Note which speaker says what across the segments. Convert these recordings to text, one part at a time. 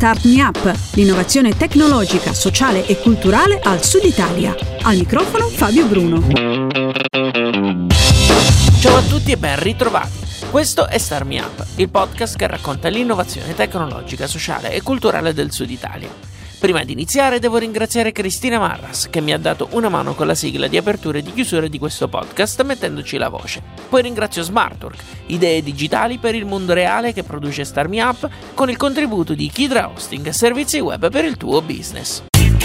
Speaker 1: Start Me Up, l'innovazione tecnologica, sociale e culturale al Sud Italia. Al microfono Fabio Bruno.
Speaker 2: Ciao a tutti e ben ritrovati. Questo è Start Me Up, il podcast che racconta l'innovazione tecnologica, sociale e culturale del Sud Italia. Prima di iniziare devo ringraziare Cristina Marras che mi ha dato una mano con la sigla di apertura e di chiusura di questo podcast mettendoci la voce. Poi ringrazio Smartwork, idee digitali per il mondo reale che produce Start Me Up con il contributo di Kidra Hosting, servizi web per il tuo business.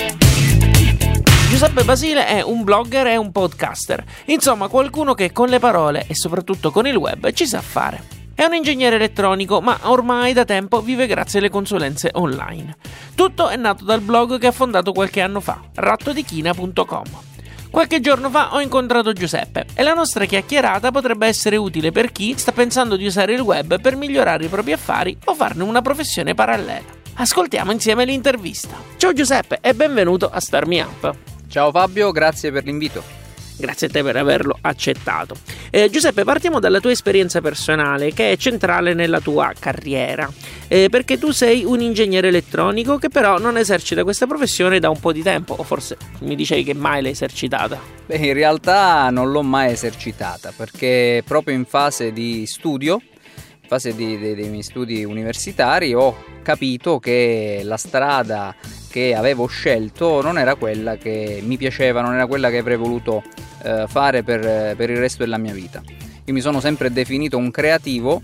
Speaker 2: Giuseppe Basile è un blogger e un podcaster, insomma qualcuno che con le parole e soprattutto con il web ci sa fare. È un ingegnere elettronico, ma ormai da tempo vive grazie alle consulenze online. Tutto è nato dal blog che ha fondato qualche anno fa, rattodichina.com. Qualche giorno fa ho incontrato Giuseppe e la nostra chiacchierata potrebbe essere utile per chi sta pensando di usare il web per migliorare i propri affari o farne una professione parallela. Ascoltiamo insieme l'intervista. Ciao Giuseppe e benvenuto a Start Me Up.
Speaker 3: Ciao Fabio, grazie per l'invito.
Speaker 2: Grazie a te per averlo accettato. Giuseppe, partiamo dalla tua esperienza personale che è centrale nella tua carriera, perché tu sei un ingegnere elettronico che però non esercita questa professione da un po' di tempo, o forse mi dicevi che mai l'hai esercitata?
Speaker 3: Beh, in realtà non l'ho mai esercitata perché proprio in fase di studio, in fase dei miei studi universitari, ho capito che la strada che avevo scelto non era quella che mi piaceva, non era quella che avrei voluto fare per il resto della mia vita. Io mi sono sempre definito un creativo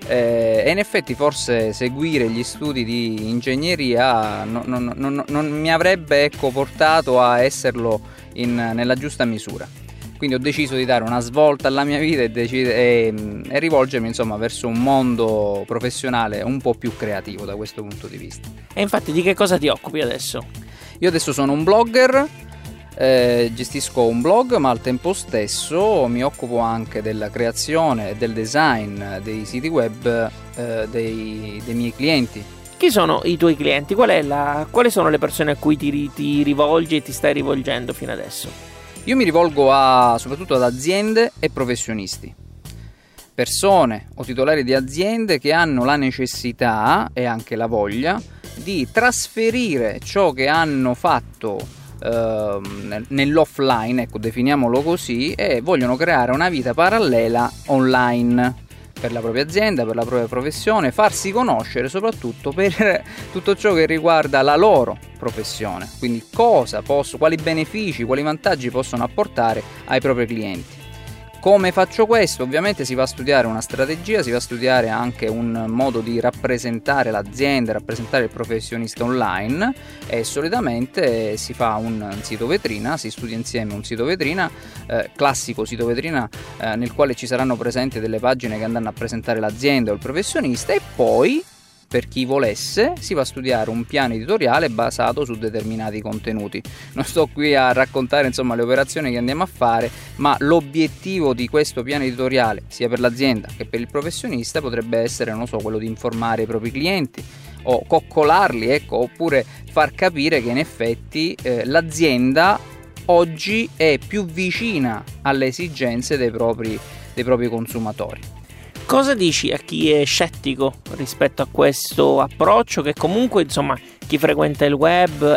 Speaker 3: e in effetti forse seguire gli studi di ingegneria non mi avrebbe portato a esserlo nella giusta misura. Quindi ho deciso di dare una svolta alla mia vita e rivolgermi verso un mondo professionale un po' più creativo da questo punto di vista.
Speaker 2: E infatti di che cosa ti occupi adesso?
Speaker 3: Io adesso sono un blogger, gestisco un blog, ma al tempo stesso mi occupo anche della creazione e del design dei siti web dei miei clienti.
Speaker 2: Chi sono i tuoi clienti? Quali sono le persone a cui ti rivolgi e ti stai rivolgendo fino adesso?
Speaker 3: Io mi rivolgo soprattutto ad aziende e professionisti, persone o titolari di aziende che hanno la necessità e anche la voglia di trasferire ciò che hanno fatto nell'offline, ecco, definiamolo così, e vogliono creare una vita parallela online per la propria azienda, per la propria professione, farsi conoscere soprattutto per tutto ciò che riguarda la loro professione, quindi quali benefici, quali vantaggi possono apportare ai propri clienti. Come faccio questo? Ovviamente si va a studiare una strategia, si va a studiare anche un modo di rappresentare l'azienda, rappresentare il professionista online e solitamente si fa un sito vetrina, si studia insieme un sito vetrina, classico sito vetrina nel quale ci saranno presenti delle pagine che andranno a presentare l'azienda o il professionista e poi per chi volesse si va a studiare un piano editoriale basato su determinati contenuti. Non sto qui a raccontare le operazioni che andiamo a fare, ma l'obiettivo di questo piano editoriale sia per l'azienda che per il professionista potrebbe essere, quello di informare i propri clienti o coccolarli, oppure far capire che in effetti l'azienda oggi è più vicina alle esigenze dei propri consumatori.
Speaker 2: Cosa dici a chi è scettico rispetto a questo approccio che comunque chi frequenta il web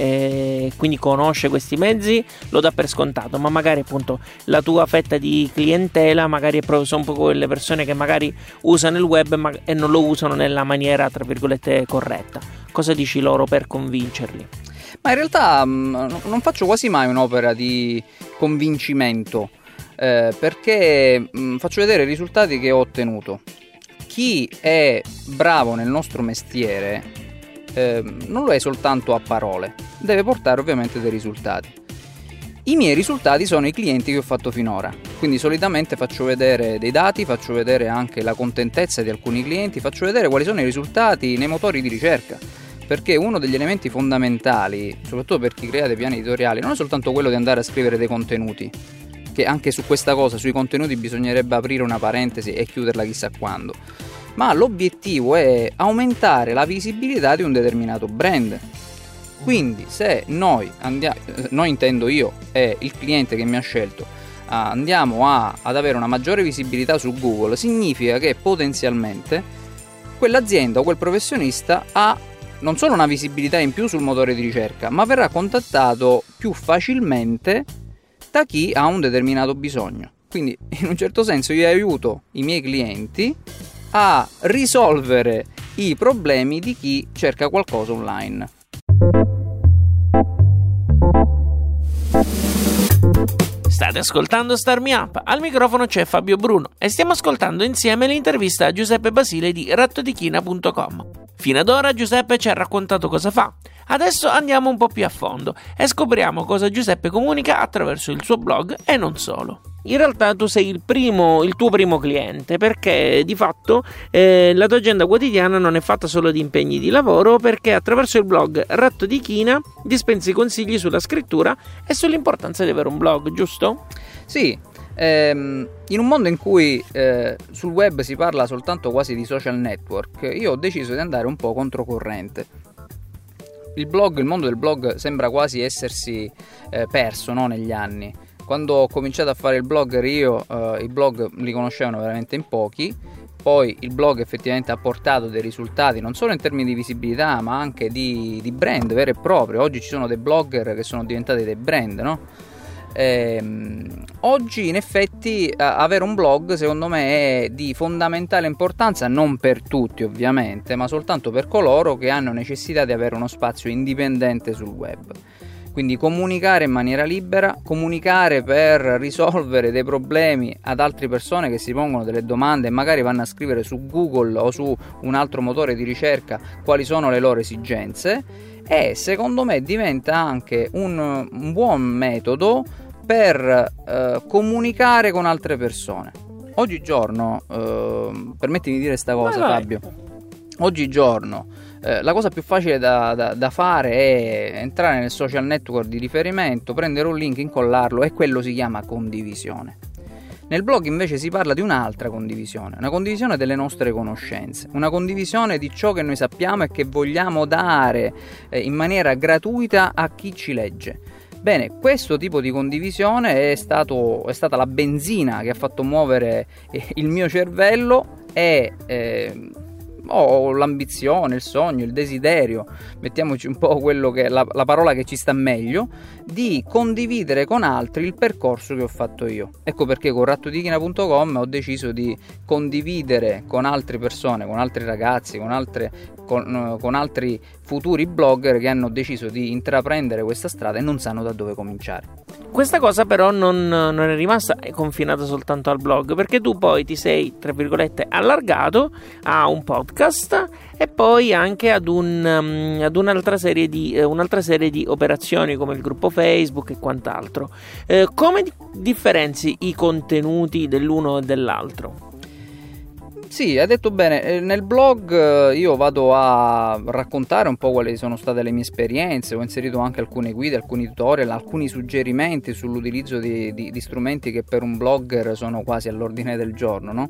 Speaker 2: e quindi conosce questi mezzi lo dà per scontato, ma magari appunto la tua fetta di clientela magari sono un po' quelle persone che magari usano il web e non lo usano nella maniera tra virgolette corretta. Cosa dici loro per convincerli?
Speaker 3: Ma in realtà non faccio quasi mai un'opera di convincimento. Perché faccio vedere i risultati che ho ottenuto. Chi è bravo nel nostro mestiere non lo è soltanto a parole, deve portare ovviamente dei risultati. I miei risultati sono i clienti che ho fatto finora, quindi solitamente faccio vedere dei dati, faccio vedere anche la contentezza di alcuni clienti, faccio vedere quali sono i risultati nei motori di ricerca, perché uno degli elementi fondamentali, soprattutto per chi crea dei piani editoriali, non è soltanto quello di andare a scrivere dei contenuti, che anche su questa cosa, sui contenuti, bisognerebbe aprire una parentesi e chiuderla chissà quando, ma l'obiettivo è aumentare la visibilità di un determinato brand. Quindi se noi intendo io e il cliente che mi ha scelto, andiamo ad avere una maggiore visibilità su Google, significa che potenzialmente quell'azienda o quel professionista ha non solo una visibilità in più sul motore di ricerca, ma verrà contattato più facilmente da chi ha un determinato bisogno. Quindi in un certo senso io aiuto i miei clienti a risolvere i problemi di chi cerca qualcosa online.
Speaker 2: State ascoltando Start Me Up, al microfono c'è Fabio Bruno e stiamo ascoltando insieme l'intervista a Giuseppe Basile di rattodichina.com. Fino ad ora Giuseppe ci ha raccontato cosa fa. Adesso andiamo un po' più a fondo e scopriamo cosa Giuseppe comunica attraverso il suo blog e non solo. In realtà tu sei il tuo primo cliente, perché di fatto la tua agenda quotidiana non è fatta solo di impegni di lavoro, perché attraverso il blog Ratto di China dispensi consigli sulla scrittura e sull'importanza di avere un blog, giusto?
Speaker 3: Sì, in un mondo in cui sul web si parla soltanto quasi di social network, io ho deciso di andare un po' controcorrente. Il mondo del blog sembra quasi essersi perso, no, negli anni. Quando ho cominciato a fare il blogger io, i blog li conoscevano veramente in pochi. Poi il blog effettivamente ha portato dei risultati non solo in termini di visibilità, ma anche di brand vero e proprio. Oggi ci sono dei blogger che sono diventati dei brand, no? Oggi in effetti avere un blog secondo me è di fondamentale importanza, non per tutti ovviamente, ma soltanto per coloro che hanno necessità di avere uno spazio indipendente sul web. Quindi comunicare in maniera libera, comunicare per risolvere dei problemi ad altre persone che si pongono delle domande e magari vanno a scrivere su Google o su un altro motore di ricerca quali sono le loro esigenze, e secondo me diventa anche un buon metodo per comunicare con altre persone. Oggigiorno, permettimi di dire sta cosa, Fabio, oggigiorno la cosa più facile da fare è entrare nel social network di riferimento, prendere un link, incollarlo, e quello si chiama condivisione. Nel blog invece si parla di un'altra condivisione, una condivisione delle nostre conoscenze, una condivisione di ciò che noi sappiamo e che vogliamo dare in maniera gratuita a chi ci legge. Bene, questo tipo di condivisione è stata la benzina che ha fatto muovere il mio cervello e ho l'ambizione, il sogno, il desiderio, mettiamoci un po' quello che la parola che ci sta meglio, di condividere con altri il percorso che ho fatto io. Ecco perché con rattodichina.com ho deciso di condividere con altre persone, con altri ragazzi, con altri futuri blogger che hanno deciso di intraprendere questa strada e non sanno da dove cominciare.
Speaker 2: Questa cosa però non è rimasta confinata soltanto al blog, perché tu poi ti sei, tra virgolette, allargato a un podcast e poi anche ad un'altra serie di operazioni come il gruppo Facebook e quant'altro. Come differenzi i contenuti dell'uno e dell'altro?
Speaker 3: Sì, hai detto bene, nel blog io vado a raccontare un po' quali sono state le mie esperienze, ho inserito anche alcune guide, alcuni tutorial, alcuni suggerimenti sull'utilizzo di strumenti che per un blogger sono quasi all'ordine del giorno, no?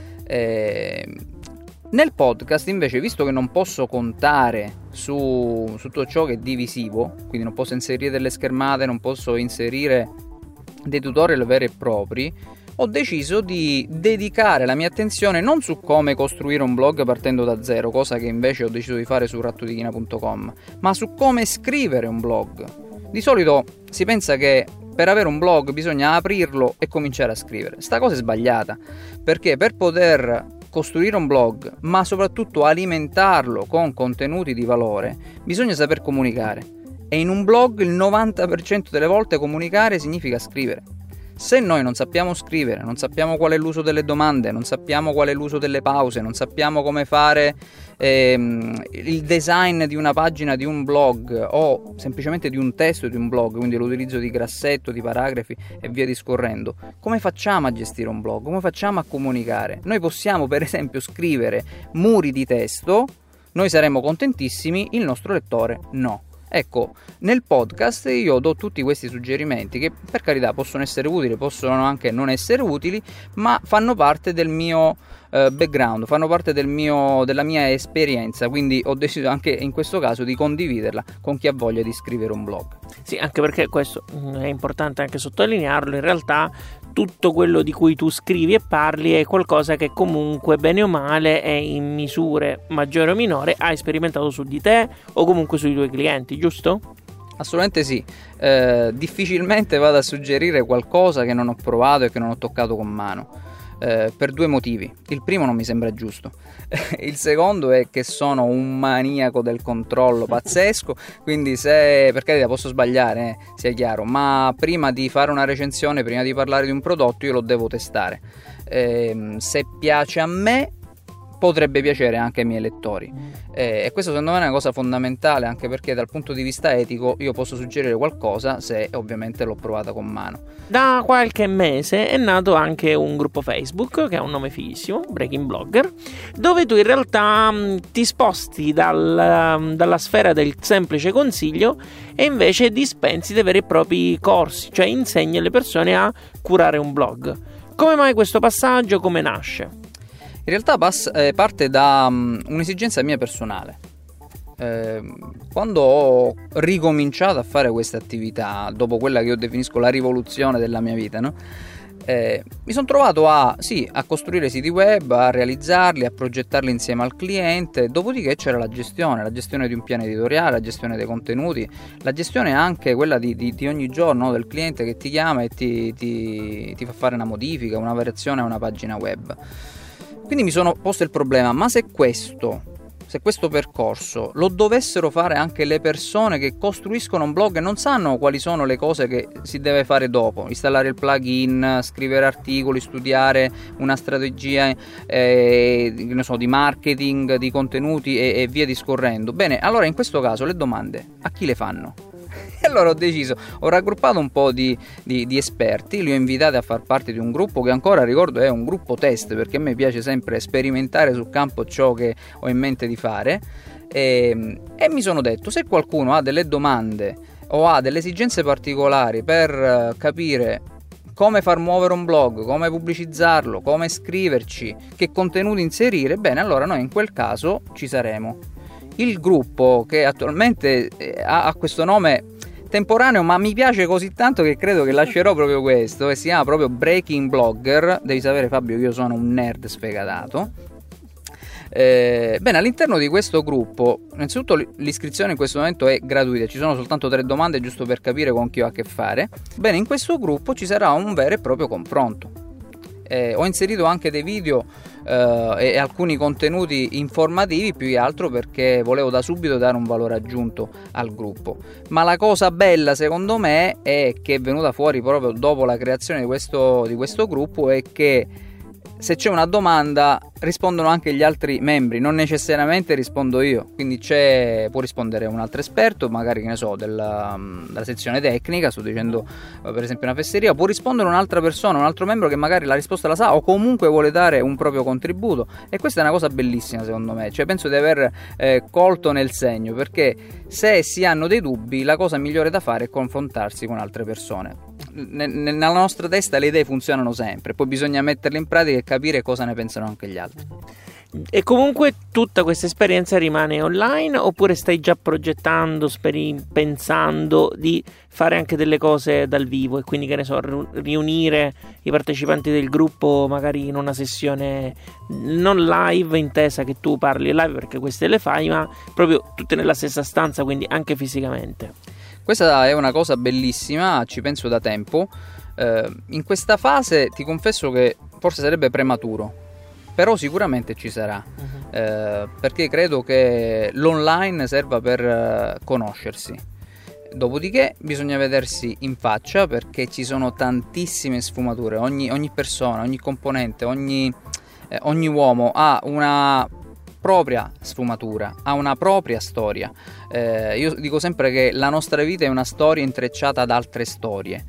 Speaker 3: Nel podcast invece, visto che non posso contare su tutto ciò che è divisivo, quindi non posso inserire delle schermate, non posso inserire dei tutorial veri e propri, ho deciso di dedicare la mia attenzione non su come costruire un blog partendo da zero, cosa che invece ho deciso di fare su rattodichina.com, ma su come scrivere un blog. Di solito si pensa che per avere un blog bisogna aprirlo e cominciare a scrivere. Sta cosa è sbagliata, perché per poter costruire un blog, ma soprattutto alimentarlo con contenuti di valore, bisogna saper comunicare. E in un blog il 90% delle volte comunicare significa scrivere. Se noi non sappiamo scrivere, non sappiamo qual è l'uso delle domande, non sappiamo qual è l'uso delle pause, non sappiamo come fare il design di una pagina di un blog o semplicemente di un testo di un blog, quindi l'utilizzo di grassetto, di paragrafi e via discorrendo, come facciamo a gestire un blog? Come facciamo a comunicare? Noi possiamo per esempio scrivere muri di testo, noi saremo contentissimi, il nostro lettore no. Ecco, nel podcast io do tutti questi suggerimenti che per carità possono essere utili, possono anche non essere utili, ma fanno parte del mio background, fanno parte della mia esperienza, quindi ho deciso anche in questo caso di condividerla con chi ha voglia di scrivere un blog.
Speaker 2: Sì, anche perché questo è importante anche sottolinearlo, in realtà tutto quello di cui tu scrivi e parli è qualcosa che comunque bene o male e in misure maggiore o minore hai sperimentato su di te o comunque sui tuoi clienti, giusto?
Speaker 3: Assolutamente sì, difficilmente vado a suggerire qualcosa che non ho provato e che non ho toccato con mano, per due motivi. Il primo, non mi sembra giusto. Il secondo è che sono un maniaco del controllo pazzesco, quindi per carità posso sbagliare, sia chiaro, ma prima di fare una recensione, prima di parlare di un prodotto, io lo devo testare. Se piace a me, potrebbe piacere anche ai miei lettori, e questo secondo me è una cosa fondamentale, anche perché dal punto di vista etico io posso suggerire qualcosa se ovviamente l'ho provata con mano.
Speaker 2: Da qualche mese è nato anche un gruppo Facebook che ha un nome fighissimo, Breaking Blogger, dove tu in realtà ti sposti dalla sfera del semplice consiglio e invece dispensi dei veri e propri corsi, cioè insegni alle persone a curare un blog. Come mai questo passaggio? Come nasce?
Speaker 3: In realtà parte da un'esigenza mia personale. Quando ho ricominciato a fare questa attività, dopo quella che io definisco la rivoluzione della mia vita, no? Mi sono trovato a costruire siti web, a realizzarli, a progettarli insieme al cliente. Dopodiché c'era la gestione di un piano editoriale, la gestione dei contenuti, la gestione anche quella di ogni giorno, no? Del cliente che ti chiama e ti fa fare una modifica, una variazione a una pagina web. Quindi mi sono posto il problema: ma se questo percorso lo dovessero fare anche le persone che costruiscono un blog e non sanno quali sono le cose che si deve fare dopo, installare il plugin, scrivere articoli, studiare una strategia di marketing, di contenuti e via discorrendo, bene, allora in questo caso le domande a chi le fanno? E allora ho raggruppato un po' di esperti, li ho invitati a far parte di un gruppo che ancora ricordo è un gruppo test, perché a me piace sempre sperimentare sul campo ciò che ho in mente di fare, e mi sono detto: se qualcuno ha delle domande o ha delle esigenze particolari per capire come far muovere un blog, come pubblicizzarlo, come scriverci, che contenuti inserire, bene, allora noi in quel caso ci saremo. Il gruppo, che attualmente ha questo nome temporaneo, ma mi piace così tanto che credo che lascerò proprio questo, e si chiama proprio Breaking Blogger. Devi sapere, Fabio, che io sono un nerd sfegatato. Bene, all'interno di questo gruppo, innanzitutto l'iscrizione in questo momento è gratuita, ci sono soltanto 3 domande giusto per capire con chi ho a che fare. Bene, in questo gruppo ci sarà un vero e proprio confronto. Ho inserito anche dei video e alcuni contenuti informativi, più che altro perché volevo da subito dare un valore aggiunto al gruppo. Ma la cosa bella, secondo me, è che è venuta fuori proprio dopo la creazione di questo gruppo, è che se c'è una domanda rispondono anche gli altri membri, non necessariamente rispondo io, quindi può rispondere un altro esperto, magari, che ne so, della sezione tecnica, sto dicendo per esempio una fesseria, può rispondere un'altra persona, un altro membro che magari la risposta la sa o comunque vuole dare un proprio contributo, e questa è una cosa bellissima secondo me, cioè penso di aver colto nel segno, perché se si hanno dei dubbi la cosa migliore da fare è confrontarsi con altre persone. Nella nostra testa le idee funzionano sempre, poi bisogna metterle in pratica e capire cosa ne pensano anche gli altri.
Speaker 2: E comunque tutta questa esperienza rimane online, oppure stai già progettando, pensando di fare anche delle cose dal vivo, e quindi, che ne so, riunire i partecipanti del gruppo magari in una sessione non live, intesa che tu parli live perché queste le fai, ma proprio tutte nella stessa stanza, quindi anche fisicamente?
Speaker 3: Questa è una cosa bellissima, ci penso da tempo. In questa fase ti confesso che forse sarebbe prematuro, però sicuramente ci sarà, perché credo che l'online serva per conoscersi. Dopodiché bisogna vedersi in faccia, perché ci sono tantissime sfumature, ogni persona, ogni componente, ogni uomo ha una propria sfumatura, ha una propria storia. Io dico sempre che la nostra vita è una storia intrecciata ad altre storie.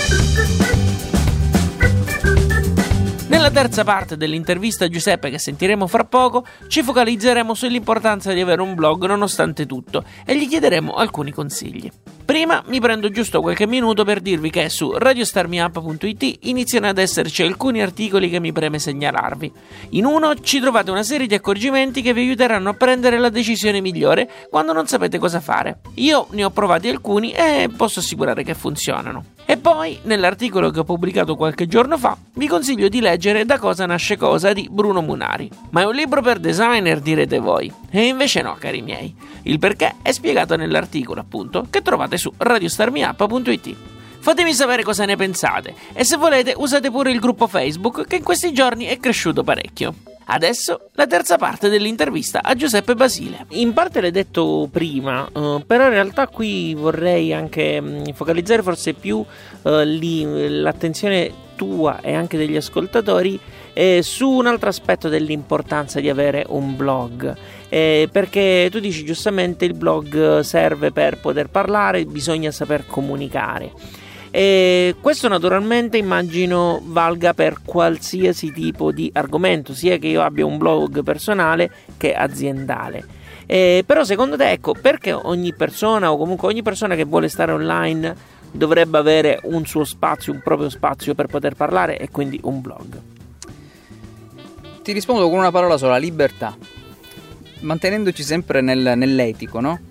Speaker 2: Nella terza parte dell'intervista a Giuseppe, che sentiremo fra poco, ci focalizzeremo sull'importanza di avere un blog nonostante tutto e gli chiederemo alcuni consigli. Prima mi prendo giusto qualche minuto per dirvi che su radiostarmiup.it iniziano ad esserci alcuni articoli che mi preme segnalarvi. In uno ci trovate una serie di accorgimenti che vi aiuteranno a prendere la decisione migliore quando non sapete cosa fare. Io ne ho provati alcuni e posso assicurare che funzionano. E poi, nell'articolo che ho pubblicato qualche giorno fa, vi consiglio di leggere Da cosa nasce cosa di Bruno Munari. Ma è un libro per designer, direte voi. E invece no, cari miei. Il perché è spiegato nell'articolo, appunto, che trovate su radiostarmiup.it. Fatemi sapere cosa ne pensate e se volete usate pure il gruppo Facebook che in questi giorni è cresciuto parecchio. Adesso la terza parte dell'intervista a Giuseppe Basile. In parte l'hai detto prima, però in realtà qui vorrei anche focalizzare forse più l'attenzione tua e anche degli ascoltatori su un altro aspetto dell'importanza di avere un blog. Perché tu dici giustamente il blog serve per poter parlare, bisogna saper comunicare. E questo naturalmente immagino valga per qualsiasi tipo di argomento, sia che io abbia un blog personale che aziendale. Però secondo te, ecco, perché ogni persona o comunque ogni persona che vuole stare online dovrebbe avere un suo spazio, un proprio spazio per poter parlare e quindi un blog?
Speaker 3: Ti rispondo con una parola sola: libertà. Mantenendoci sempre nell'etico, no?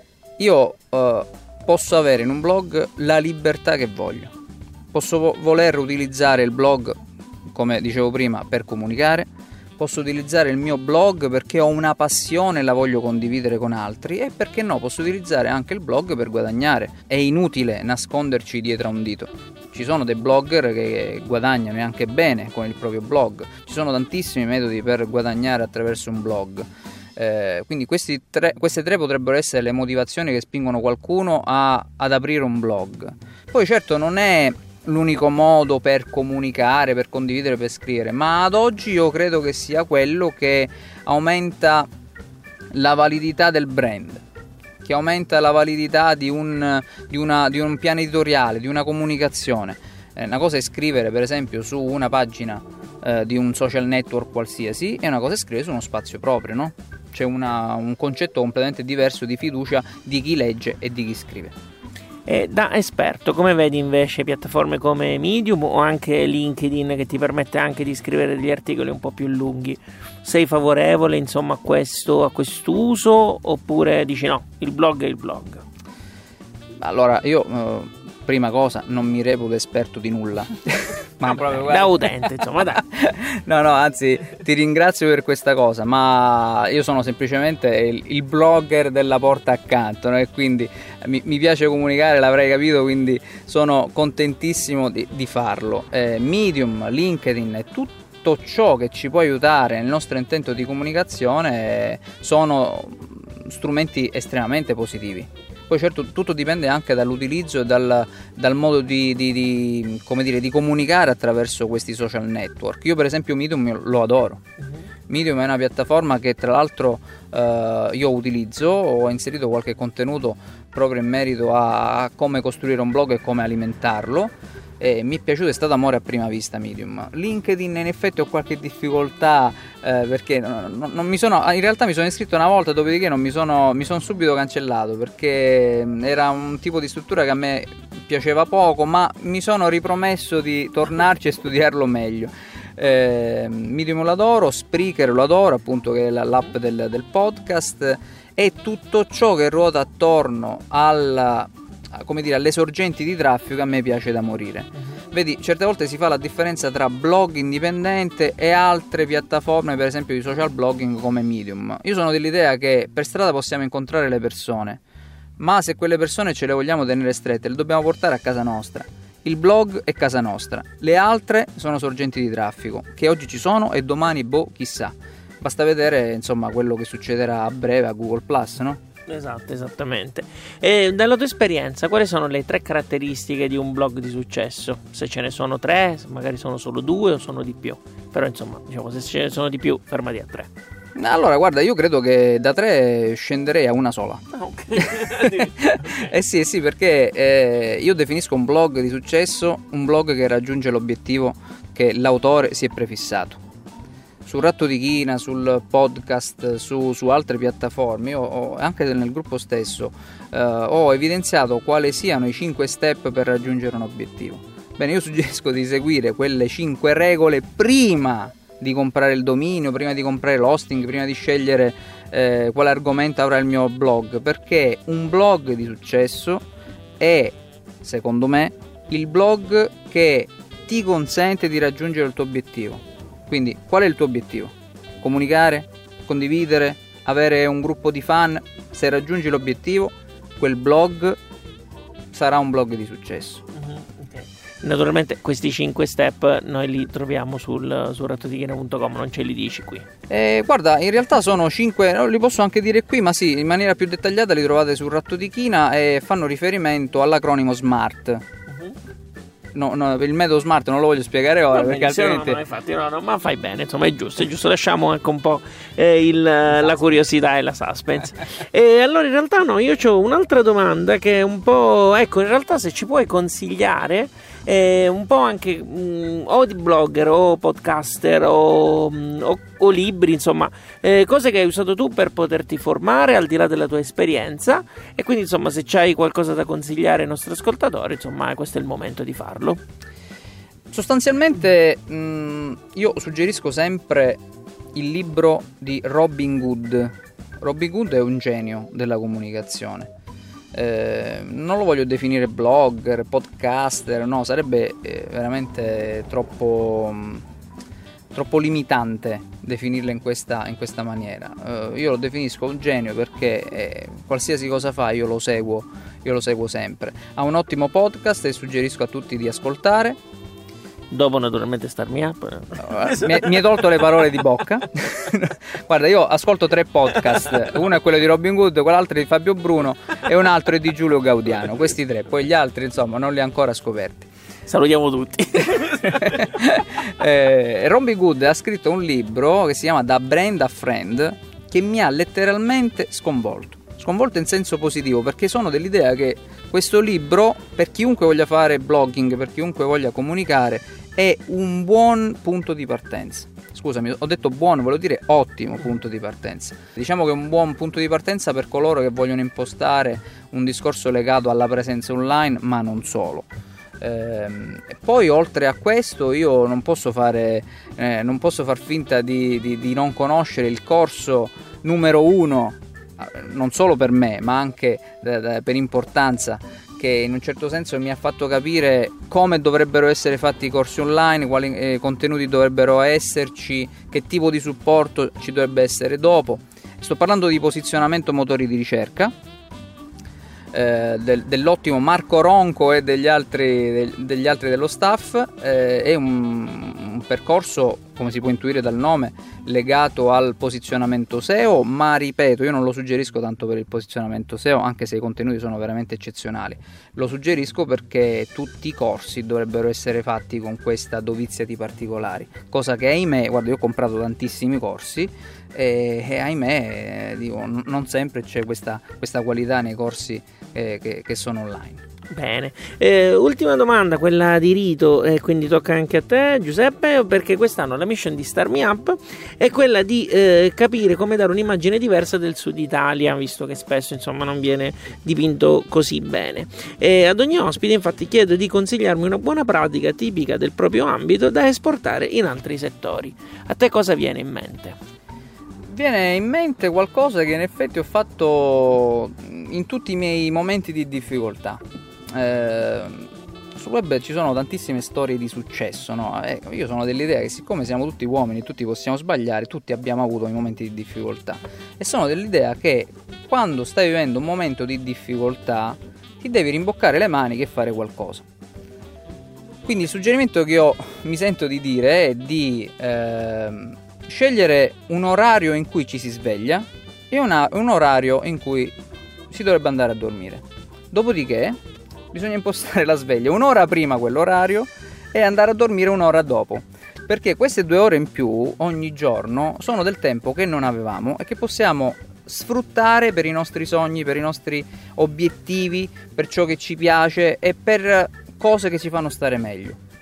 Speaker 3: Io posso avere in un blog la libertà che voglio. Posso voler utilizzare il blog, come dicevo prima, per comunicare. Posso utilizzare il mio blog perché ho una passione e la voglio condividere con altri. E perché no, posso utilizzare anche il blog per guadagnare. È inutile nasconderci dietro a un dito. Ci sono dei blogger che guadagnano anche bene con il proprio blog. Ci sono tantissimi metodi per guadagnare attraverso un blog. Quindi queste tre potrebbero essere le motivazioni che spingono qualcuno ad aprire un blog. Poi certo non è l'unico modo per comunicare, per condividere, per scrivere, ma ad oggi io credo che sia quello che aumenta la validità del brand, che aumenta la validità di un piano editoriale, di una comunicazione. Una cosa è scrivere per esempio su una pagina di un social network qualsiasi, e una cosa è scrivere su uno spazio proprio, no? C'è un concetto completamente diverso di fiducia di chi legge e di chi scrive.
Speaker 2: E da esperto, come vedi invece piattaforme come Medium o anche LinkedIn, che ti permette anche di scrivere degli articoli un po' più lunghi? Sei favorevole insomma a quest'uso, oppure dici no, il blog è il blog?
Speaker 3: Allora io prima cosa non mi reputo esperto di nulla.
Speaker 2: Ma proprio da utente, insomma, dai.
Speaker 3: No, anzi, ti ringrazio per questa cosa, ma io sono semplicemente il blogger della porta accanto, no? E quindi mi piace comunicare, l'avrei capito, quindi sono contentissimo di farlo. Medium, LinkedIn e tutto ciò che ci può aiutare nel nostro intento di comunicazione sono strumenti estremamente positivi. Poi certo tutto dipende anche dall'utilizzo e dal modo di comunicare attraverso questi social network. Io per esempio Medium lo adoro. Medium è una piattaforma che tra l'altro io utilizzo, ho inserito qualche contenuto proprio in merito a come costruire un blog e come alimentarlo. E mi è piaciuto, è stato amore a prima vista Medium. LinkedIn in effetti ho qualche difficoltà perché non mi sono, in realtà mi sono iscritto una volta, dopodiché mi sono subito cancellato perché era un tipo di struttura che a me piaceva poco, ma mi sono ripromesso di tornarci e studiarlo meglio. Medium lo adoro, Spreaker lo adoro, appunto, che è l'app del podcast, e tutto ciò che ruota attorno alle sorgenti di traffico a me piace da morire. Vedi, certe volte si fa la differenza tra blog indipendente e altre piattaforme, per esempio di social blogging come Medium. Io sono dell'idea che per strada possiamo incontrare le persone, ma se quelle persone ce le vogliamo tenere strette, le dobbiamo portare a casa nostra. Il blog è casa nostra, le altre sono sorgenti di traffico, che oggi ci sono e domani, chissà. Basta vedere, insomma, quello che succederà a breve a Google Plus, no?
Speaker 2: Esatto, esattamente. E dalla tua esperienza, quali sono le 3 caratteristiche di un blog di successo? Se ce ne sono 3, magari sono solo 2 o sono di più. Però insomma, diciamo, se ce ne sono di più, fermati a 3.
Speaker 3: Allora, guarda, io credo che da 3 scenderei a una sola.
Speaker 2: Okay.
Speaker 3: Sì, perché io definisco un blog di successo un blog che raggiunge l'obiettivo che l'autore si è prefissato. su Ratto di China, sul podcast, su altre piattaforme, io anche nel gruppo stesso ho evidenziato quali siano i 5 step per raggiungere un obiettivo. Bene, io suggerisco di seguire quelle 5 regole prima di comprare il dominio, prima di comprare l'hosting, prima di scegliere quale argomento avrà il mio blog, perché un blog di successo è, secondo me, il blog che ti consente di raggiungere il tuo obiettivo. Quindi, qual è il tuo obiettivo? Comunicare, condividere, avere un gruppo di fan. Se raggiungi l'obiettivo, quel blog sarà un blog di successo.
Speaker 2: Okay. Naturalmente questi 5 step noi li troviamo su rattodichina.com, non ce li dici qui?
Speaker 3: Guarda, in realtà sono 5, li posso anche dire qui, ma sì, in maniera più dettagliata li trovate su Ratto di China e fanno riferimento all'acronimo SMART. No, il metodo SMART non lo voglio spiegare ora, perché altrimenti...
Speaker 2: No, ma fai bene, insomma è giusto, lasciamo anche un po' la curiosità e la suspense. E allora in realtà io ho un'altra domanda che è un po', ecco, in realtà se ci puoi consigliare un po' anche o di blogger o podcaster o libri, insomma cose che hai usato tu per poterti formare al di là della tua esperienza, e quindi insomma se c'hai qualcosa da consigliare ai nostri ascoltatori, insomma questo è il momento di farlo.
Speaker 3: Sostanzialmente io suggerisco sempre il libro di Robin Hood. Robin Hood è un genio della comunicazione. Non lo voglio definire blogger, podcaster, no, sarebbe veramente troppo limitante definirlo in questa maniera. Io lo definisco un genio perché qualsiasi cosa fa io lo seguo sempre. Ha un ottimo podcast e suggerisco a tutti di ascoltare.
Speaker 2: Dopo naturalmente Starmi Up.
Speaker 3: Mi hai tolto le parole di bocca. Guarda, io ascolto 3 podcast. Uno è quello di Robin Hood, quell'altro è di Fabio Bruno e un altro è di Giulio Gaudiano. Questi 3, poi gli altri insomma non li ho ancora scoperti.
Speaker 2: Salutiamo tutti.
Speaker 3: Robin Hood ha scritto un libro che si chiama Da Brand a Friend, che mi ha letteralmente sconvolto in senso positivo, perché sono dell'idea che questo libro, per chiunque voglia fare blogging, per chiunque voglia comunicare, è un buon punto di partenza. Scusami, ho detto buono, volevo dire ottimo punto di partenza. Diciamo che è un buon punto di partenza per coloro che vogliono impostare un discorso legato alla presenza online, ma non solo. E poi oltre a questo io non posso far finta di non conoscere il corso numero 1, non solo per me ma anche per importanza, che in un certo senso mi ha fatto capire come dovrebbero essere fatti i corsi online, quali contenuti dovrebbero esserci, che tipo di supporto ci dovrebbe essere dopo. Sto parlando di posizionamento motori di ricerca, dell'ottimo Marco Ronco e degli altri dello staff. È un percorso, come si può intuire dal nome, legato al posizionamento SEO, ma ripeto, io non lo suggerisco tanto per il posizionamento SEO, anche se i contenuti sono veramente eccezionali. Lo suggerisco perché tutti i corsi dovrebbero essere fatti con questa dovizia di particolari, cosa che ahimè, guarda, io ho comprato tantissimi corsi e ahimè dico, non sempre c'è questa qualità nei corsi che sono online.
Speaker 2: Bene, ultima domanda, quella di Rito, quindi tocca anche a te Giuseppe, perché quest'anno la mission di Starmi Up è quella di capire come dare un'immagine diversa del Sud Italia, visto che spesso insomma non viene dipinto così bene. Ad ogni ospite infatti chiedo di consigliarmi una buona pratica tipica del proprio ambito da esportare in altri settori. A te cosa viene in mente?
Speaker 3: Viene in mente qualcosa che in effetti ho fatto in tutti i miei momenti di difficoltà. Sul web ci sono tantissime storie di successo, no? Io sono dell'idea che siccome siamo tutti uomini, tutti possiamo sbagliare, tutti abbiamo avuto i momenti di difficoltà, e sono dell'idea che quando stai vivendo un momento di difficoltà ti devi rimboccare le maniche e fare qualcosa. Quindi il suggerimento che io mi sento di dire è di scegliere un orario in cui ci si sveglia e un orario in cui si dovrebbe andare a dormire. Dopodiché bisogna impostare la sveglia un'ora prima quell'orario e andare a dormire un'ora dopo, perché queste 2 ore in più ogni giorno sono del tempo che non avevamo e che possiamo sfruttare per i nostri sogni, per i nostri obiettivi, per ciò che ci piace e per cose che ci fanno stare meglio.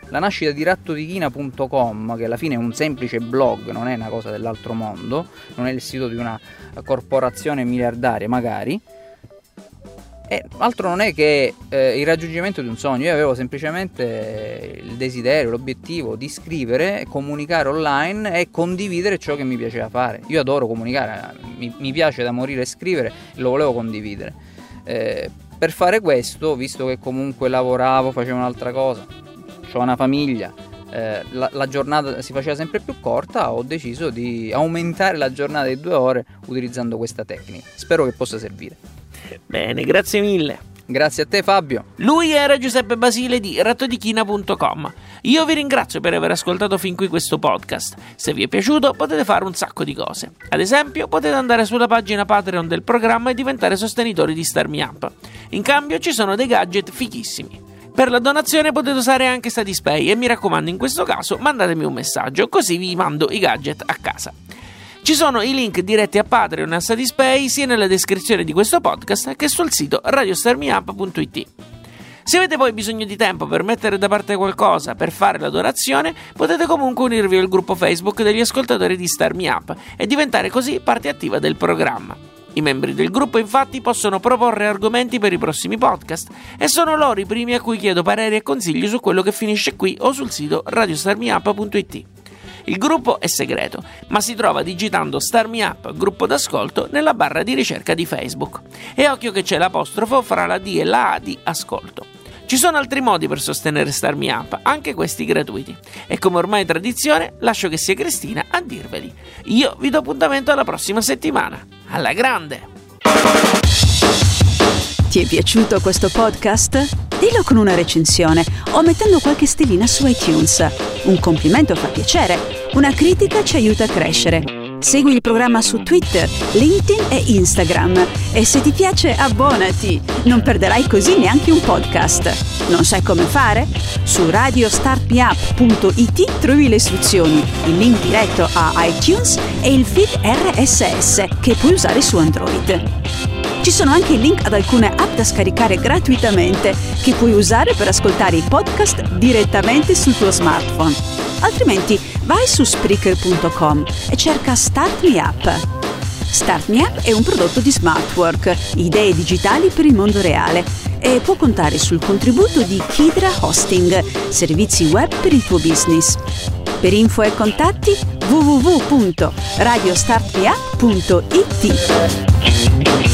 Speaker 3: La nascita di rattodichina.com, che alla fine è un semplice blog, non è una cosa dell'altro mondo, non è il sito di una corporazione miliardaria magari, e altro non è che il raggiungimento di un sogno. Io avevo semplicemente il desiderio, l'obiettivo di scrivere, comunicare online e condividere ciò che mi piaceva fare. Io adoro comunicare, mi piace da morire scrivere, e lo volevo condividere. Per fare questo, visto che comunque lavoravo, facevo un'altra cosa, ho una famiglia, la giornata si faceva sempre più corta, ho deciso di aumentare la giornata di 2 ore utilizzando questa tecnica. Spero che possa servire.
Speaker 2: Bene, grazie mille.
Speaker 3: Grazie a te, Fabio.
Speaker 2: Lui era Giuseppe Basile di rattodichina.com. Io vi ringrazio per aver ascoltato fin qui questo podcast. Se vi è piaciuto potete fare un sacco di cose. Ad esempio potete andare sulla pagina Patreon del programma e diventare sostenitori di Start Me Up. In cambio ci sono dei gadget fighissimi. Per la donazione potete usare anche Satispay e mi raccomando, in questo caso mandatemi un messaggio, così vi mando i gadget a casa. Ci sono i link diretti a Patreon e a Satispay sia nella descrizione di questo podcast che sul sito radiostarmeup.it. Se avete poi bisogno di tempo per mettere da parte qualcosa per fare la donazione, potete comunque unirvi al gruppo Facebook degli ascoltatori di Start Me Up e diventare così parte attiva del programma. I membri del gruppo infatti possono proporre argomenti per i prossimi podcast e sono loro i primi a cui chiedo pareri e consigli su quello che finisce qui o sul sito radiostarmeup.it. Il gruppo è segreto, ma si trova digitando Start Me Up, gruppo d'ascolto, nella barra di ricerca di Facebook. E occhio che c'è l'apostrofo fra la D e la A di ascolto. Ci sono altri modi per sostenere Start Me Up, anche questi gratuiti. E come ormai è tradizione, lascio che sia Cristina a dirveli. Io vi do appuntamento alla prossima settimana. Alla grande!
Speaker 1: Ti è piaciuto questo podcast? Dillo con una recensione o mettendo qualche stellina su iTunes. Un complimento fa piacere, una critica ci aiuta a crescere. Segui il programma su Twitter, LinkedIn e Instagram e se ti piace abbonati, non perderai così neanche un podcast. Non sai come fare? Su radiostartmeup.it trovi le istruzioni, il link diretto a iTunes e il feed RSS che puoi usare su Android. Ci sono anche i link ad alcune app da scaricare gratuitamente che puoi usare per ascoltare i podcast direttamente sul tuo smartphone. Altrimenti vai su Spreaker.com e cerca Start Me Up. Start Me Up è un prodotto di Smartwork, idee digitali per il mondo reale, e può contare sul contributo di Kidra Hosting, servizi web per il tuo business. Per info e contatti www.radiostartmeup.it.